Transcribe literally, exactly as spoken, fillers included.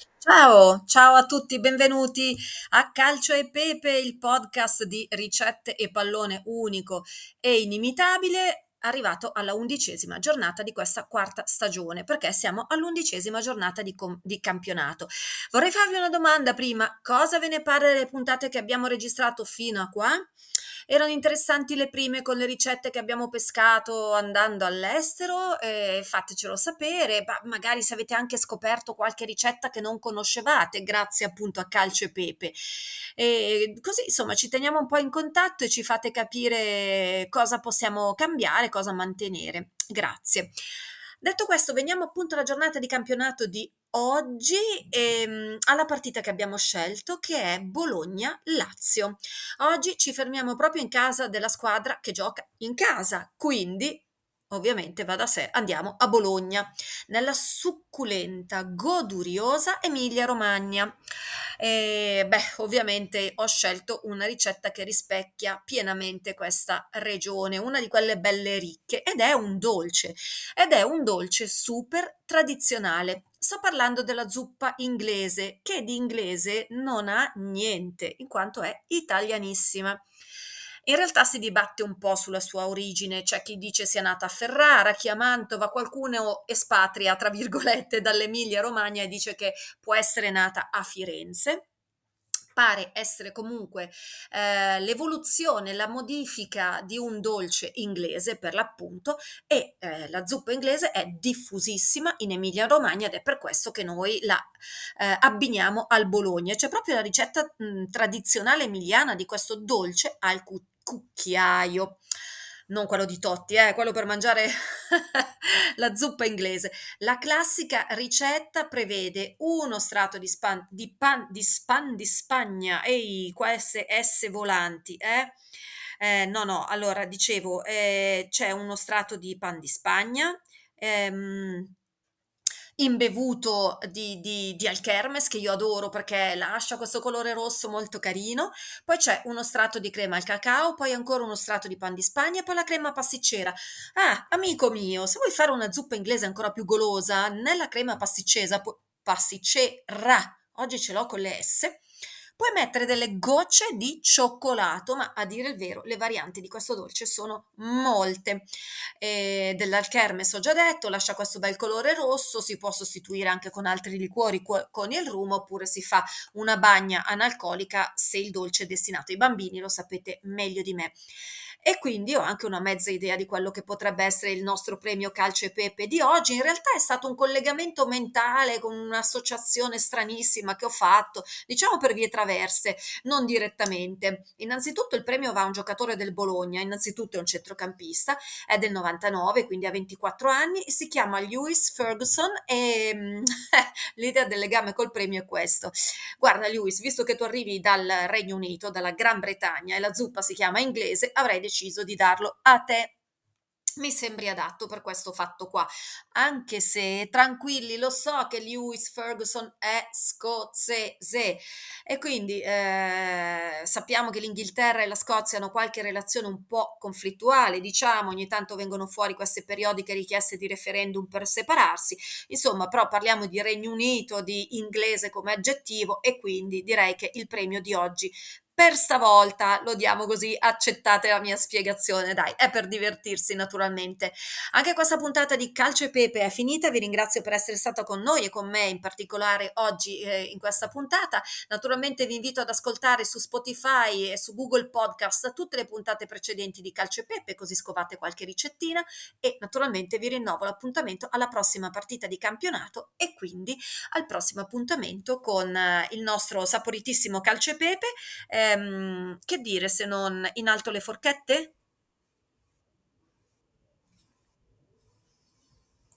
Ciao, ciao a tutti, benvenuti a Calcio e Pepe, il podcast di ricette e pallone unico e inimitabile, arrivato alla undicesima giornata di questa quarta stagione, perché siamo all'undicesima giornata di, com- di campionato. Vorrei farvi una domanda prima, cosa ve ne pare delle puntate che abbiamo registrato fino a qua? Erano interessanti le prime con le ricette che abbiamo pescato andando all'estero, eh, fatecelo sapere, ma magari se avete anche scoperto qualche ricetta che non conoscevate, grazie appunto a Calcio e Pepe. E così insomma ci teniamo un po' in contatto e ci fate capire cosa possiamo cambiare, cosa mantenere. Grazie. Detto questo, veniamo appunto alla giornata di campionato di oggi, ehm, alla partita che abbiamo scelto, che è Bologna-Lazio. Oggi ci fermiamo proprio in casa della squadra che gioca in casa, quindi ovviamente va da sé, andiamo a Bologna, nella succulenta, goduriosa Emilia-Romagna. E, beh, ovviamente ho scelto una ricetta che rispecchia pienamente questa regione, una di quelle belle ricche, ed è un dolce, ed è un dolce super tradizionale. Sto parlando della zuppa inglese, che di inglese non ha niente, in quanto è italianissima. In realtà si dibatte un po' sulla sua origine, c'è chi dice sia nata a Ferrara, chi a Mantova, qualcuno espatria, tra virgolette, dall'Emilia Romagna e dice che può essere nata a Firenze. Pare essere comunque eh, l'evoluzione, la modifica di un dolce inglese per l'appunto e eh, la zuppa inglese è diffusissima in Emilia-Romagna ed è per questo che noi la eh, abbiniamo al Bologna. C'è proprio la ricetta mh, tradizionale emiliana di questo dolce al cu- cucchiaio. Non quello di Totti, eh, quello per mangiare la zuppa inglese. La classica ricetta prevede uno strato di, span, di, pan, di span di Spagna, ehi, qua S, S volanti, eh? Eh, no, no, allora dicevo, eh, c'è uno strato di pan di Spagna, ehm, imbevuto di, di, di alchermes che io adoro perché lascia questo colore rosso molto carino, poi c'è uno strato di crema al cacao, poi ancora uno strato di pan di Spagna e poi la crema pasticcera. Ah, amico mio, se vuoi fare una zuppa inglese ancora più golosa, nella crema pasticcesa, pu- pasticcera, oggi ce l'ho con le S, puoi mettere delle gocce di cioccolato, ma a dire il vero, le varianti di questo dolce sono molte. E dell'alchermes ho già detto, lascia questo bel colore rosso, si può sostituire anche con altri liquori, co- con il rum, oppure si fa una bagna analcolica se il dolce è destinato ai bambini, lo sapete meglio di me. E quindi ho anche una mezza idea di quello che potrebbe essere il nostro premio Calcio e Pepe di oggi. In realtà è stato un collegamento mentale con un'associazione stranissima che ho fatto, diciamo per vie traverse, non direttamente. Innanzitutto il premio va a un giocatore del Bologna, innanzitutto è un centrocampista, è del novantanove, quindi ha ventiquattro anni, si chiama Lewis Ferguson e mm, l'idea del legame col premio è questo. Guarda Lewis, visto che tu arrivi dal Regno Unito, dalla Gran Bretagna e la zuppa si chiama inglese, avrei deciso di darlo a te. Mi sembri adatto per questo fatto qua, anche se tranquilli, lo so che Lewis Ferguson è scozzese e quindi eh, sappiamo che l'Inghilterra e la Scozia hanno qualche relazione un po' conflittuale, diciamo, ogni tanto vengono fuori queste periodiche richieste di referendum per separarsi, insomma, però parliamo di Regno Unito, di inglese come aggettivo e quindi direi che il premio di oggi per stavolta lo diamo così, accettate la mia spiegazione, dai, è per divertirsi naturalmente. Anche questa puntata di Calcio e Pepe è finita, vi ringrazio per essere stato con noi e con me in particolare oggi eh, in questa puntata. Naturalmente vi invito ad ascoltare su Spotify e su Google Podcast tutte le puntate precedenti di Calcio e Pepe, così scovate qualche ricettina e naturalmente vi rinnovo l'appuntamento alla prossima partita di campionato e quindi al prossimo appuntamento con eh, il nostro saporitissimo Calcio e Pepe. Ehm, che dire se non in alto le forchette?